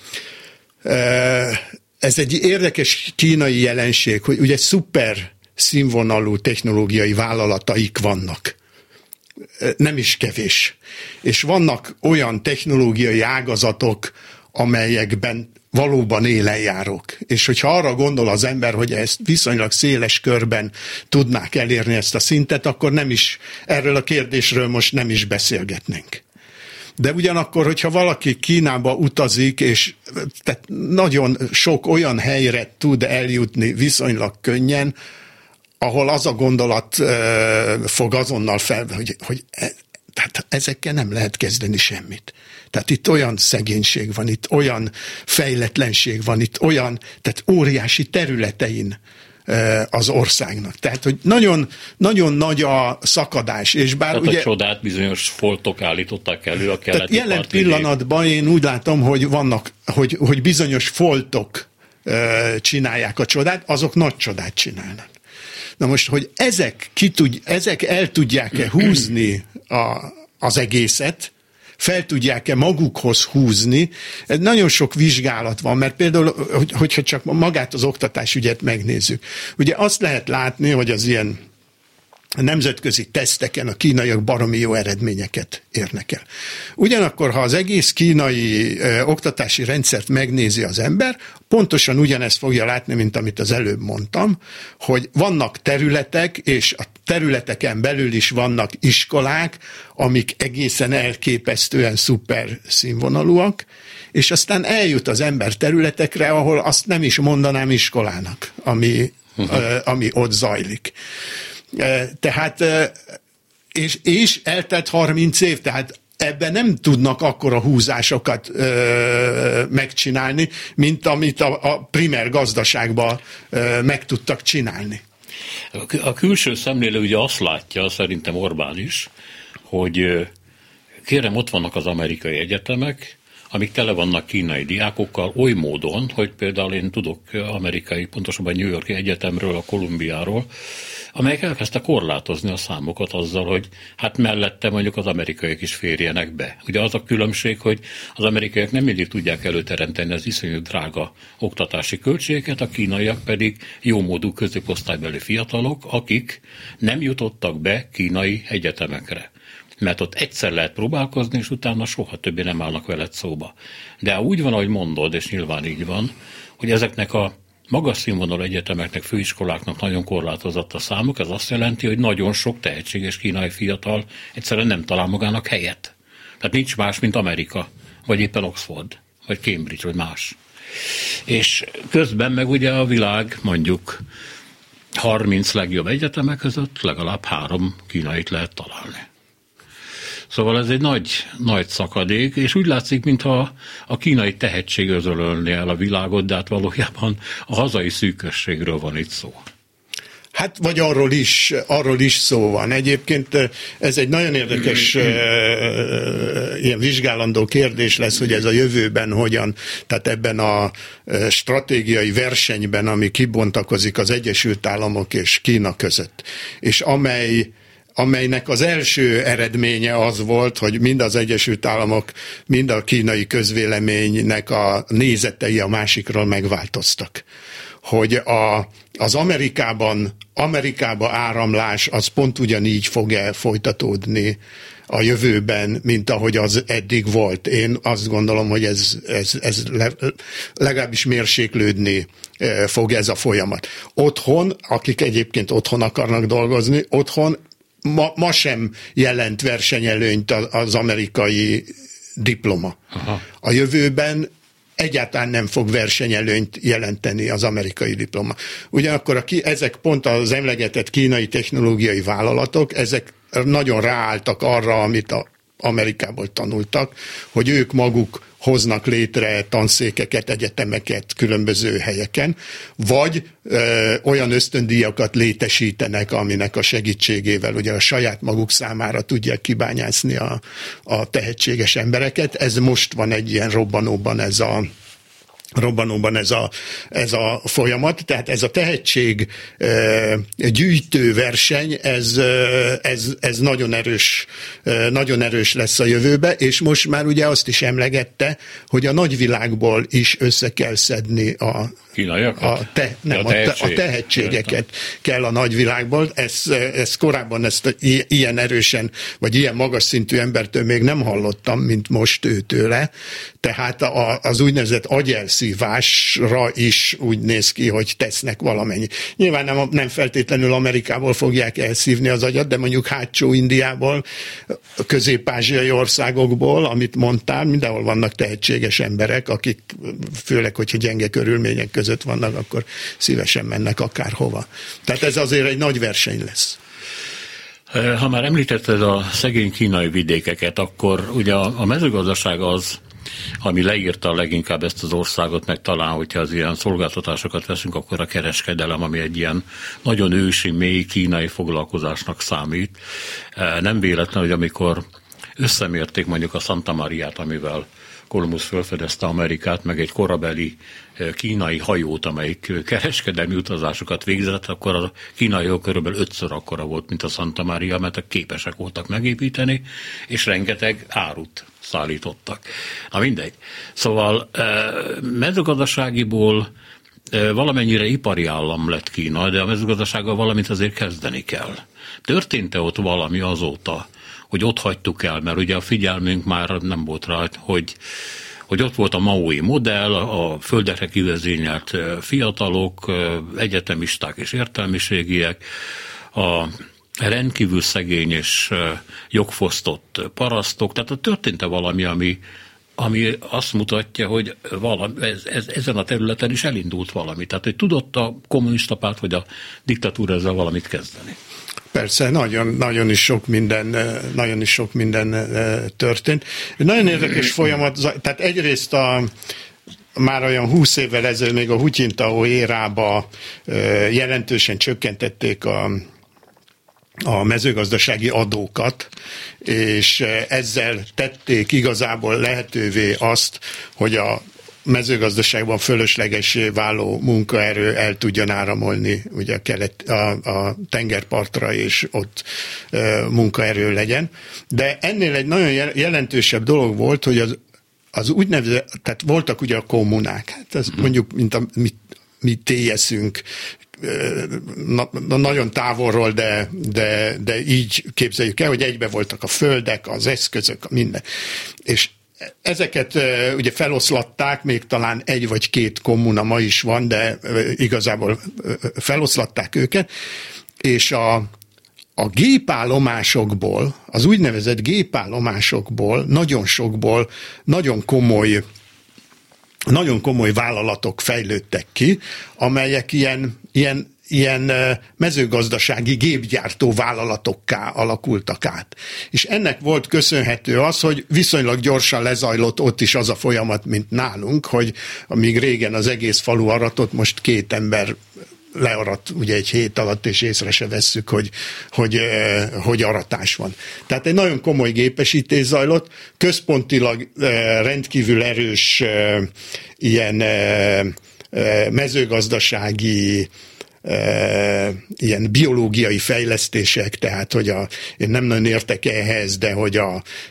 ez egy érdekes kínai jelenség, hogy ugye szuper színvonalú technológiai vállalataik vannak. Nem is kevés. És vannak olyan technológiai ágazatok, amelyekben valóban élenjárók. És hogyha arra gondol az ember, hogy ezt viszonylag széles körben tudnák elérni ezt a szintet, akkor nem is, erről a kérdésről most nem is beszélgetnénk. De ugyanakkor, hogyha valaki Kínába utazik, és tehát nagyon sok olyan helyre tud eljutni viszonylag könnyen, ahol az a gondolat fog azonnal fel, hogy tehát ezekkel nem lehet kezdeni semmit. Tehát itt olyan szegénység van, itt olyan fejletlenség van, itt olyan, tehát óriási területein az országnak. Tehát, hogy nagyon, nagyon nagy a szakadás. És bár tehát ugye, a csodát bizonyos foltok állították elő a keleti. tehát jelen pillanatban én úgy látom, hogy vannak, hogy bizonyos foltok csinálják a csodát, azok nagy csodát csinálnak. Na most, hogy ezek el tudják-e húzni az egészet, fel tudják-e magukhoz húzni, nagyon sok vizsgálat van, mert például, hogyha csak magát az oktatásügyet megnézzük. Ugye azt lehet látni, hogy az ilyen nemzetközi teszteken a kínaiak baromi jó eredményeket érnek el. Ugyanakkor, ha az egész kínai oktatási rendszert megnézi az ember, pontosan ugyanezt fogja látni, mint amit az előbb mondtam, hogy vannak területek, és a területeken belül is vannak iskolák, amik egészen elképesztően szuper színvonalúak, és aztán eljut az ember területekre, ahol azt nem is mondanám iskolának, ami ott zajlik. Tehát, és eltelt 30 év, tehát ebben nem tudnak akkora húzásokat megcsinálni, mint amit a primer gazdaságban meg tudtak csinálni. A külső szemlélő ugye azt látja, szerintem Orbán is, hogy kérem, ott vannak az amerikai egyetemek, amik tele vannak kínai diákokkal, oly módon, hogy például én tudok amerikai, pontosabban New Yorki egyetemről, a Kolumbiáról, amelyek elkezdte korlátozni a számokat azzal, hogy hát mellette mondjuk az amerikaiak is férjenek be. Ugye az a különbség, hogy az amerikaiak nem mindig tudják előteremteni az iszonyú drága oktatási költségeket, a kínaiak pedig jómódú középosztálybeli fiatalok, akik nem jutottak be kínai egyetemekre. Mert ott egyszer lehet próbálkozni, és utána soha többé nem állnak veled szóba. De úgy van, ahogy mondod, és nyilván így van, hogy ezeknek a magas színvonalú egyetemeknek, főiskoláknak nagyon korlátozott a számuk, ez azt jelenti, hogy nagyon sok tehetséges kínai fiatal egyszerűen nem talál magának helyet. Tehát nincs más, mint Amerika, vagy éppen Oxford, vagy Cambridge, vagy más. És közben meg ugye a világ mondjuk 30 legjobb egyetemek között legalább 3 kínait lehet találni. Szóval ez egy nagy szakadék, és úgy látszik, mintha a kínai tehetség özölölné el a világot, de hát valójában a hazai szűkösségről van itt szó. Hát, vagy arról is szó van. Egyébként ez egy nagyon érdekes ilyen vizsgálandó kérdés lesz, hogy ez a jövőben hogyan, tehát ebben a stratégiai versenyben, ami kibontakozik az Egyesült Államok és Kína között, és amelynek az első eredménye az volt, hogy mind az Egyesült Államok, mind a kínai közvéleménynek a nézetei a másikról megváltoztak. Hogy az Amerikába áramlás az pont ugyanígy fog folytatódni a jövőben, mint ahogy az eddig volt. Én azt gondolom, hogy ez legalábbis mérséklődni fog ez a folyamat. Otthon, akik egyébként otthon akarnak dolgozni, otthon ma sem jelent versenyelőnyt az amerikai diploma. Aha. A jövőben egyáltalán nem fog versenyelőnyt jelenteni az amerikai diploma. Ugyanakkor ezek pont az emlegetett kínai technológiai vállalatok, ezek nagyon ráálltak arra, amit Amerikából tanultak, hogy ők maguk hoznak létre tanszékeket, egyetemeket különböző helyeken, vagy olyan ösztöndíjakat létesítenek, aminek a segítségével ugye a saját maguk számára tudják kibányászni a tehetséges embereket. Ez most van egy ilyen robbanóban ez a folyamat, tehát ez a tehetség gyűjtő verseny, ez nagyon erős lesz a jövőbe, és most már ugye azt is emlegette, hogy a nagyvilágból is össze kell szedni a tehetségeket kell a nagyvilágból. Ez korábban ilyen erősen, vagy ilyen magas szintű embertől még nem hallottam, mint most őtőle. Tehát az úgynevezett agyelszívásra is úgy néz ki, hogy tesznek valamennyi. Nyilván nem feltétlenül Amerikából fogják elszívni az agyat, de mondjuk hátsó Indiából, közép-ázsiai országokból, amit mondtál, mindenhol vannak tehetséges emberek, akik főleg, hogyha gyenge körülmények között vannak, akkor szívesen mennek akárhova. Tehát ez azért egy nagy verseny lesz. Ha már említetted a szegény kínai vidékeket, akkor ugye a mezőgazdaság az, ami leírta leginkább ezt az országot, meg talán, hogyha az ilyen szolgáltatásokat veszünk, akkor a kereskedelem, ami egy ilyen nagyon ősi, mély kínai foglalkozásnak számít. Nem véletlen, hogy amikor összemérték mondjuk a Santa Mariát, amivel Kolumbusz felfedezte Amerikát, meg egy korabeli kínai hajót, amelyik kereskedelmi utazásokat végzett, akkor a kínai hajó körülbelül 5-ször akkora volt, mint a Santa Maria, mert képesek voltak megépíteni, és rengeteg árut szállítottak. Na mindegy. Szóval mezőgazdaságiból valamennyire ipari állam lett Kína, de a mezőgazdasággal valamit azért kezdeni kell. Történt-e ott valami azóta, hogy ott hagytuk el, mert ugye a figyelmünk már nem volt rá, hogy ott volt a maói modell, a földekre kivezényelt fiatalok, egyetemisták és értelmiségiek, a rendkívül szegény és jogfosztott parasztok, tehát történt-e valami, ami azt mutatja, hogy ezen a területen is elindult valami. Tehát, hogy tudott a kommunista párt vagy a diktatúra ezzel valamit kezdeni. Persze, nagyon is sok minden történt. Nagyon érdekes folyamat, tehát egyrészt már olyan 20 évvel ezelőtt, még a Hu Jintao érába jelentősen csökkentették a mezőgazdasági adókat, és ezzel tették igazából lehetővé azt, hogy a mezőgazdaságban fölöslegessé váló munkaerő el tudjon áramolni ugye a tengerpartra, és ott munkaerő legyen. De ennél egy nagyon jelentősebb dolog volt, hogy az úgynevezett, tehát voltak ugye a kommunák, hát ez mondjuk, mint mi téjeszünk, nagyon távolról, de így képzeljük el, hogy egybe voltak a földek, az eszközök, minden. És ezeket ugye feloszlatták, még talán egy vagy két kommuna ma is van, de igazából feloszlatták őket, és a gépállomásokból, az úgynevezett gépállomásokból, nagyon sokból nagyon komoly vállalatok fejlődtek ki, amelyek ilyen mezőgazdasági gépgyártó vállalatokká alakultak át. És ennek volt köszönhető az, hogy viszonylag gyorsan lezajlott ott is az a folyamat, mint nálunk, hogy amíg régen az egész falu aratott, most 2 ember learat ugye egy hét alatt, és észre se vesszük, hogy aratás van. Tehát egy nagyon komoly gépesítés zajlott, központilag rendkívül erős ilyen mezőgazdasági ilyen biológiai fejlesztések, tehát, hogy én nem nagyon értek ehhez, de hogy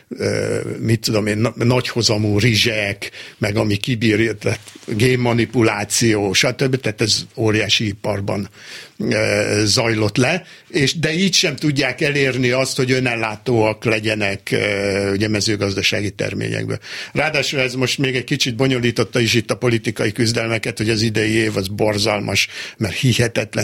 nagyhozamú rizsek, meg ami kibír, tehát génmanipuláció, stb. Tehát ez óriási iparban zajlott le, de így sem tudják elérni azt, hogy önellátóak legyenek ugye mezőgazdasági terményekből. Ráadásul ez most még egy kicsit bonyolította is itt a politikai küzdelmeket, hogy az idei év az borzalmas, mert hihetetlen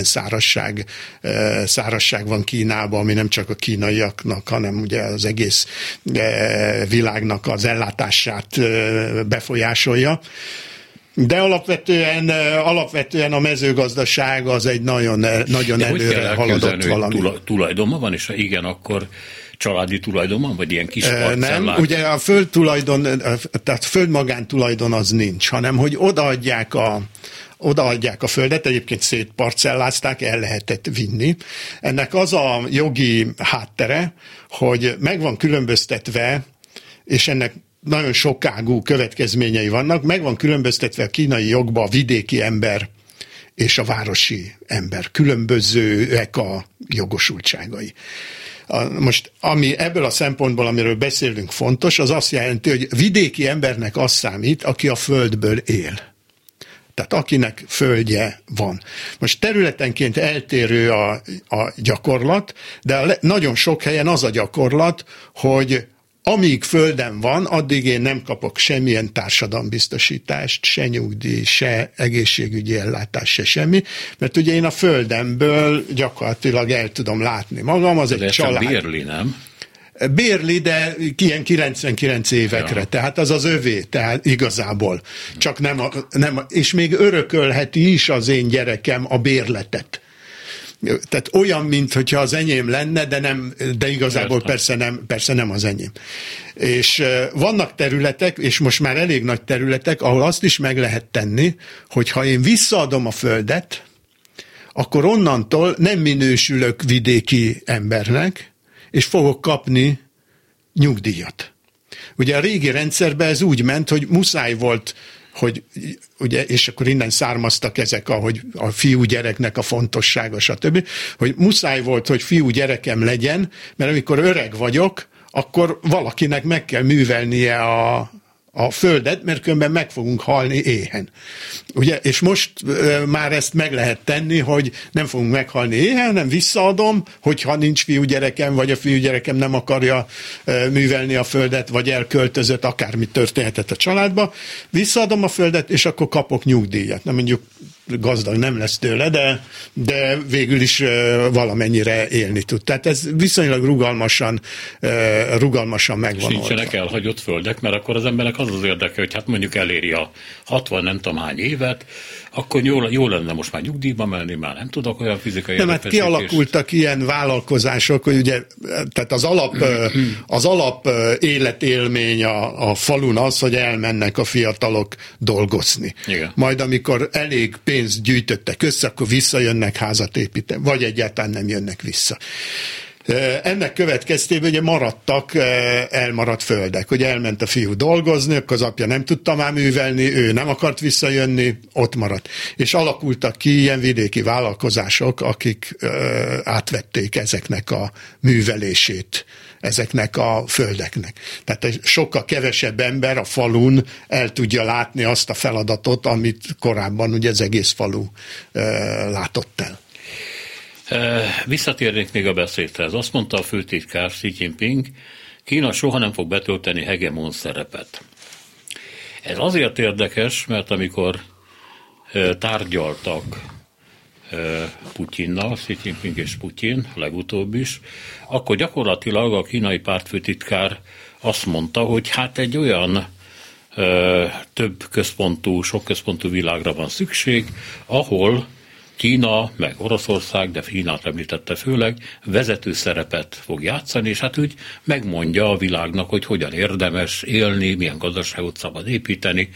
szárazság van Kínában, ami nem csak a kínaiaknak, hanem ugye az egész világnak az ellátását befolyásolja. De alapvetően a mezőgazdaság az egy nagyon előre haladott valami. Tulajdonban van, és ha igen, akkor családi tulajdonban, vagy ilyen kis parcellák? Nem, ugye a földtulajdon, tehát földmagántulajdon az nincs, hanem hogy odaadják a földet, egyébként szétparcellázták, el lehetett vinni. Ennek az a jogi háttere, hogy meg van különböztetve, és ennek nagyon sokágú következményei vannak, meg van különböztetve a kínai jogba a vidéki ember és a városi ember. Különbözőek a jogosultságai. Most, ami ebből a szempontból, amiről beszélünk fontos, az azt jelenti, hogy vidéki embernek az számít, aki a földből él. Tehát akinek földje van. Most területenként eltérő a gyakorlat, de nagyon sok helyen az a gyakorlat, hogy amíg földem van, addig én nem kapok semmilyen társadalombiztosítást, se nyugdíj, se egészségügyi ellátás, se semmi, mert ugye én a földemből gyakorlatilag el tudom látni magam, az egy család. Bérli, nem? Bérli, de ilyen 99 évekre, ja. Tehát az az övé, tehát igazából. Csak nem, és még örökölheti is az én gyerekem a bérletet. Tehát olyan, mintha az enyém lenne, de igazából persze nem az enyém. És vannak területek, és most már elég nagy területek, ahol azt is meg lehet tenni, hogy ha én visszaadom a földet, akkor onnantól nem minősülök vidéki embernek, és fogok kapni nyugdíjat. Ugye a régi rendszerben ez úgy ment, hogy muszáj volt, hogy ugye, és akkor innen származtak ezek, ahogy a fiú gyereknek a fontossága, stb., hogy muszáj volt, hogy fiú gyerekem legyen, mert amikor öreg vagyok, akkor valakinek meg kell művelnie a földet, mert különben meg fogunk halni éhen. Ugye? És most már ezt meg lehet tenni, hogy nem fogunk meghalni éhen, hanem visszaadom, hogyha nincs fiúgyerekem, vagy a fiúgyerekem nem akarja művelni a földet, vagy elköltözött, akármi történhetett a családba, visszaadom a földet, és akkor kapok nyugdíjat. Nem mondjuk gazdag nem lesz tőle, de végül is valamennyire élni tud. Tehát ez viszonylag rugalmasan megvan. És nincsenek elhagyott földek, mert akkor az embernek az érdeke, hogy hát mondjuk eléri a 60 nem tudom hány évet, akkor jó lenne most már nyugdíjba menni, már nem tudok olyan fizikai erőfeszítést. Nem, hát kialakultak ilyen vállalkozások, hogy ugye, tehát az alap életélmény a falun az, hogy elmennek a fiatalok dolgozni. Igen. Majd amikor elég pénzt gyűjtöttek össze, akkor visszajönnek házat építeni, vagy egyáltalán nem jönnek vissza. Ennek következtében ugye elmaradt földek, hogy elment a fiú dolgozni, akkor az apja nem tudta már művelni, ő nem akart visszajönni, ott maradt. És alakultak ki ilyen vidéki vállalkozások, akik átvették ezeknek a művelését, ezeknek a földeknek. Tehát sokkal kevesebb ember a falun el tudja látni azt a feladatot, amit korábban ugye az egész falu látott el. Visszatérnék még a beszédhez. Azt mondta a főtitkár Xi Jinping, Kína soha nem fog betölteni hegemon szerepet. Ez azért érdekes, mert amikor tárgyaltak Putyinnal, Xi Jinping és Putyin, legutóbb is, akkor gyakorlatilag a kínai pártfőtitkár azt mondta, hogy hát egy olyan sok központú világra van szükség, ahol Kína, meg Oroszország, de Kínát említette főleg, vezető szerepet fog játszani, és hát úgy megmondja a világnak, hogy hogyan érdemes élni, milyen gazdaságot szabad építeni,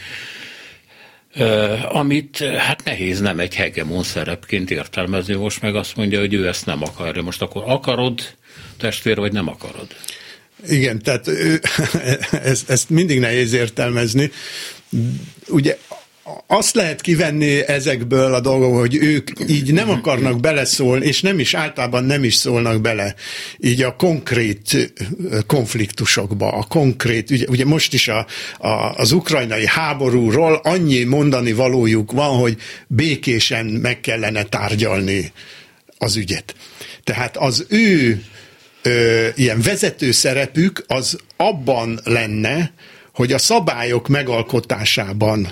amit hát nehéz nem egy hegemon szerepként értelmezni, most meg azt mondja, hogy ő ezt nem akarja. Most akkor akarod, testvér, vagy nem akarod? Igen, tehát ezt mindig nehéz értelmezni. Ugye azt lehet kivenni ezekből a dolgokból, hogy ők így nem akarnak beleszólni, és általában nem is szólnak bele így a konkrét konfliktusokba, a konkrét, ugye most is az ukrajnai háborúról annyi mondani valójuk van, hogy békésen meg kellene tárgyalni az ügyet. Tehát az ő ilyen vezető szerepük az abban lenne, hogy a szabályok megalkotásában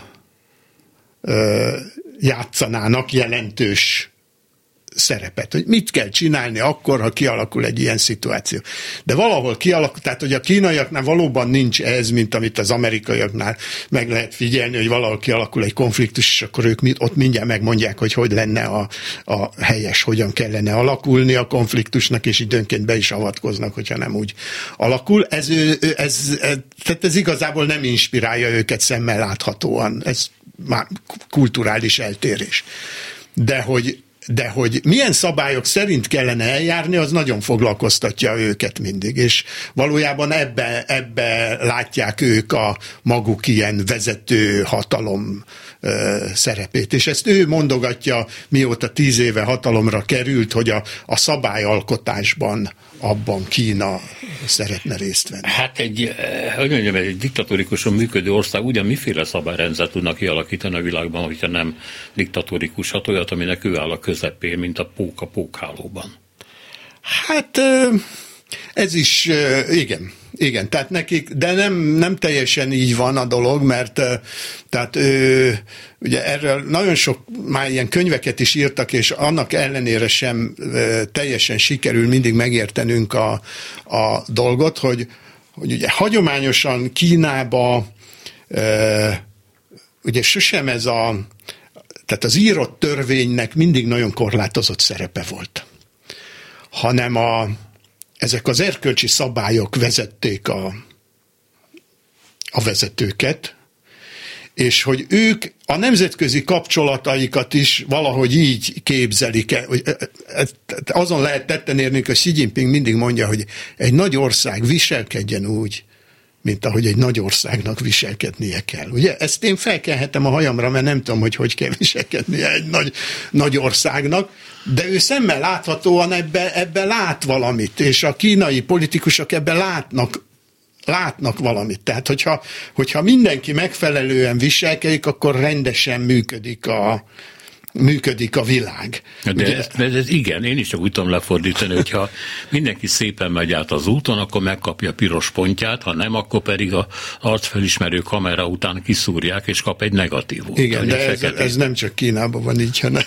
játszanának jelentős szerepet, hogy mit kell csinálni akkor, ha kialakul egy ilyen szituáció. De valahol kialakul, tehát hogy a kínaiaknál valóban nincs ez, mint amit az amerikaiaknál meg lehet figyelni, hogy valahol kialakul egy konfliktus, és akkor ők ott mindjárt megmondják, hogy lenne a helyes, hogyan kellene alakulni a konfliktusnak, és időnként be is avatkoznak, hogyha nem úgy alakul. Tehát ez igazából nem inspirálja őket szemmel láthatóan. Ez már kulturális eltérés. De hogy milyen szabályok szerint kellene eljárni, az nagyon foglalkoztatja őket mindig, és valójában ebbe látják ők a maguk ilyen vezető hatalom szerepét. És ezt ő mondogatja, mióta 10 éve hatalomra került, hogy a szabályalkotásban abban Kína szeretne részt venni. Hát egy diktatórikusan működő ország ugyan miféle szabályrendszert tudnak kialakítani a világban, hogyha nem diktatórikus, hát olyat, aminek ő áll a közepén, mint a pók a pókhálóban. Hát ez is, igen, tehát nekik, de nem teljesen így van a dolog, mert tehát ugye erről nagyon sok már ilyen könyveket is írtak, és annak ellenére sem teljesen sikerül mindig megértenünk a dolgot, hogy ugye hagyományosan Kínába ugye sosem tehát az írott törvénynek mindig nagyon korlátozott szerepe volt, hanem ezek az erkölcsi szabályok vezették a vezetőket, és hogy ők a nemzetközi kapcsolataikat is valahogy így képzelik el. Azon lehet tetten érni, hogy Xi Jinping mindig mondja, hogy egy nagy ország viselkedjen úgy, mint ahogy egy nagy országnak viselkednie kell. Ugye ezt én felkelhetem a hajamra, mert nem tudom, hogy kell viselkednie egy nagy országnak, de ő szemmel láthatóan ebbe lát valamit, és a kínai politikusok ebbe látnak látnak valamit. Tehát, hogyha mindenki megfelelően viselkedik, akkor rendesen működik a világ. De ez igen, én is csak úgy tudom lefordítani, hogyha mindenki szépen megy át az úton, akkor megkapja piros pontját, ha nem, akkor pedig az arcfelismerő kamera után kiszúrják, és kap egy negatívot. Igen, de ez nem csak Kínában van így, hanem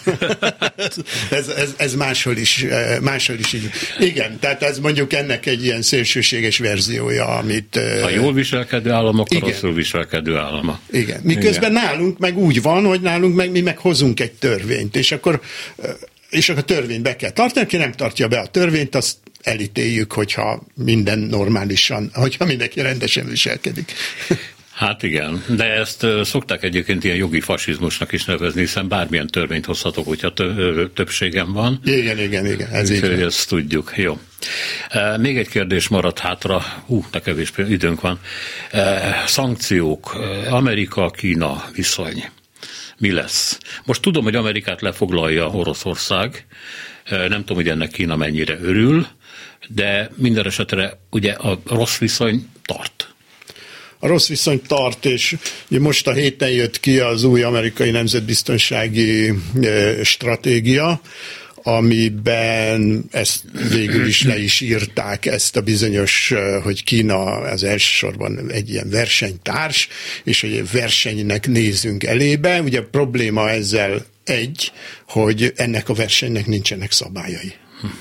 ez máshol is így. Igen, tehát ez mondjuk ennek egy ilyen szélsőséges verziója, amit... A jól viselkedő állam, akkor rosszul viselkedő állama. Igen, miközben nálunk meg úgy van, hogy nálunk meg mi meghozunk egy törvényt, és akkor a törvényt be kell tartani, aki nem tartja be a törvényt, azt elítéljük, hogyha minden normálisan, hogyha mindenki rendesen viselkedik. Hát igen, de ezt szokták egyébként ilyen jogi fasizmusnak is nevezni, hiszen bármilyen törvényt hozhatok, hogyha többségem van. Igen, ez így van. Ezt tudjuk, jó. Még egy kérdés maradt hátra, de kevés időnk van. Szankciók, Amerika-Kína viszony. Mi lesz? Most tudom, hogy Amerikát lefoglalja Oroszország, nem tudom, hogy ennek Kína mennyire örül, de minden esetre ugye a rossz viszony tart. A rossz viszony tart, és ugye most a héten jött ki az új amerikai nemzetbiztonsági stratégia, amiben ezt végül is le is írták, ezt a bizonyos, hogy Kína az elsősorban egy ilyen versenytárs, és hogy versenynek nézünk elébe. Ugye a probléma ezzel hogy ennek a versenynek nincsenek szabályai.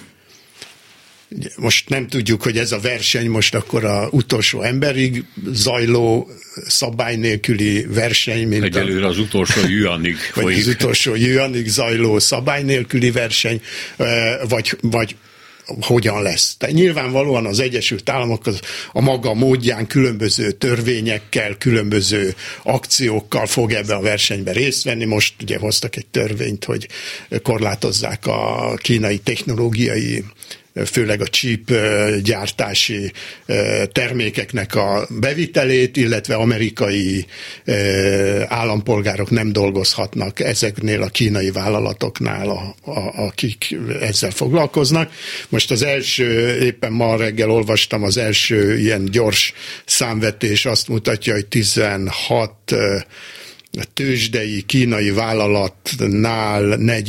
Most nem tudjuk, hogy ez a verseny most akkor az utolsó emberig zajló szabály nélküli verseny, mint egyelőre az utolsó Yuanig vagy az utolsó Yuanig zajló szabály nélküli verseny, vagy hogyan lesz. Tehát nyilvánvalóan az Egyesült Államok a maga módján különböző törvényekkel, különböző akciókkal fog ebbe a versenybe részt venni. Most ugye hoztak egy törvényt, hogy korlátozzák a kínai technológiai, főleg a chip gyártási termékeknek a bevitelét, illetve amerikai állampolgárok nem dolgozhatnak ezeknél a kínai vállalatoknál, akik ezzel foglalkoznak. Most az első, éppen ma reggel olvastam, az első ilyen gyors számvetés azt mutatja, hogy 16 tőzsdei kínai vállalatnál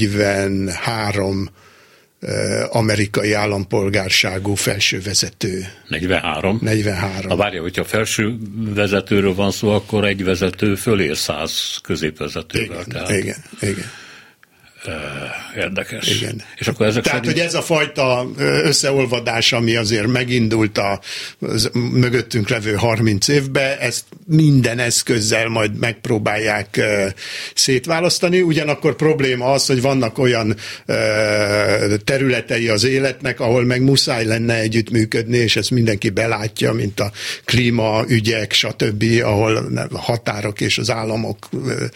43 amerikai állampolgárságú felsővezető. 43? 43. Várja, hogyha felső vezetőről van szó, akkor egy vezető fölér 100 középvezetővel. Igen. Érdekes. Igen. És akkor ezek tehát, hogy ez a fajta összeolvadás, ami azért megindult a mögöttünk levő 30 évben, ezt minden eszközzel majd megpróbálják szétválasztani. Ugyanakkor probléma az, hogy vannak olyan területei az életnek, ahol meg muszáj lenne együttműködni, és ezt mindenki belátja, mint a klímaügyek, stb., ahol határok és az államokon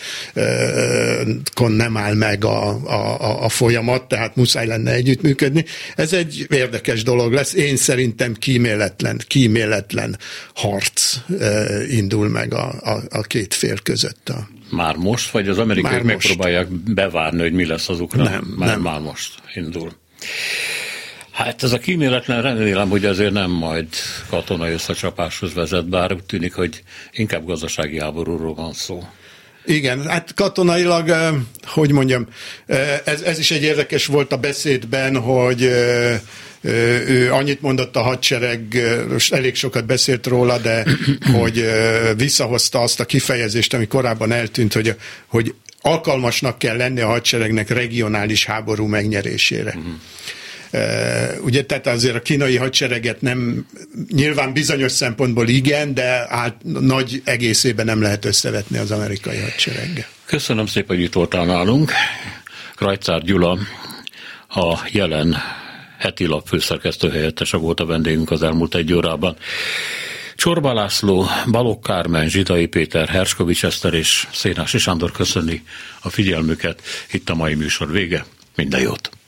nem áll meg a folyamat, tehát muszáj lenne együttműködni. Ez egy érdekes dolog lesz. Én szerintem kíméletlen harc indul meg a két fél között. Már most, vagy az amerikaiak megpróbálják bevárni, hogy mi lesz az ukrán? Nem. Már most indul. Hát ez a kíméletlen, remélem, hogy azért nem majd katonai összecsapáshoz vezet, bár úgy tűnik, hogy inkább gazdasági háborúról van szó. Igen, hát katonailag, hogy mondjam, ez is egy érdekes volt a beszédben, hogy ő annyit mondott a hadsereg, elég sokat beszélt róla, de hogy visszahozta azt a kifejezést, ami korábban eltűnt, hogy alkalmasnak kell lenni a hadseregnek regionális háború megnyerésére. Ugye, tehát azért a kínai hadsereget nem, nyilván bizonyos szempontból igen, de nagy egészében nem lehet összevetni az amerikai hadsereggel. Köszönöm szépen, hogy itt voltál nálunk. Krajcár Gyula, a Jelen heti lap főszerkesztő helyettese volt a vendégünk az elmúlt egy órában. Csorba László, Balogh Kármen, Zsidai Péter, Herskovics Eszter és Szénási Sándor köszöni a figyelmüket. Itt a mai műsor vége. Minden jót!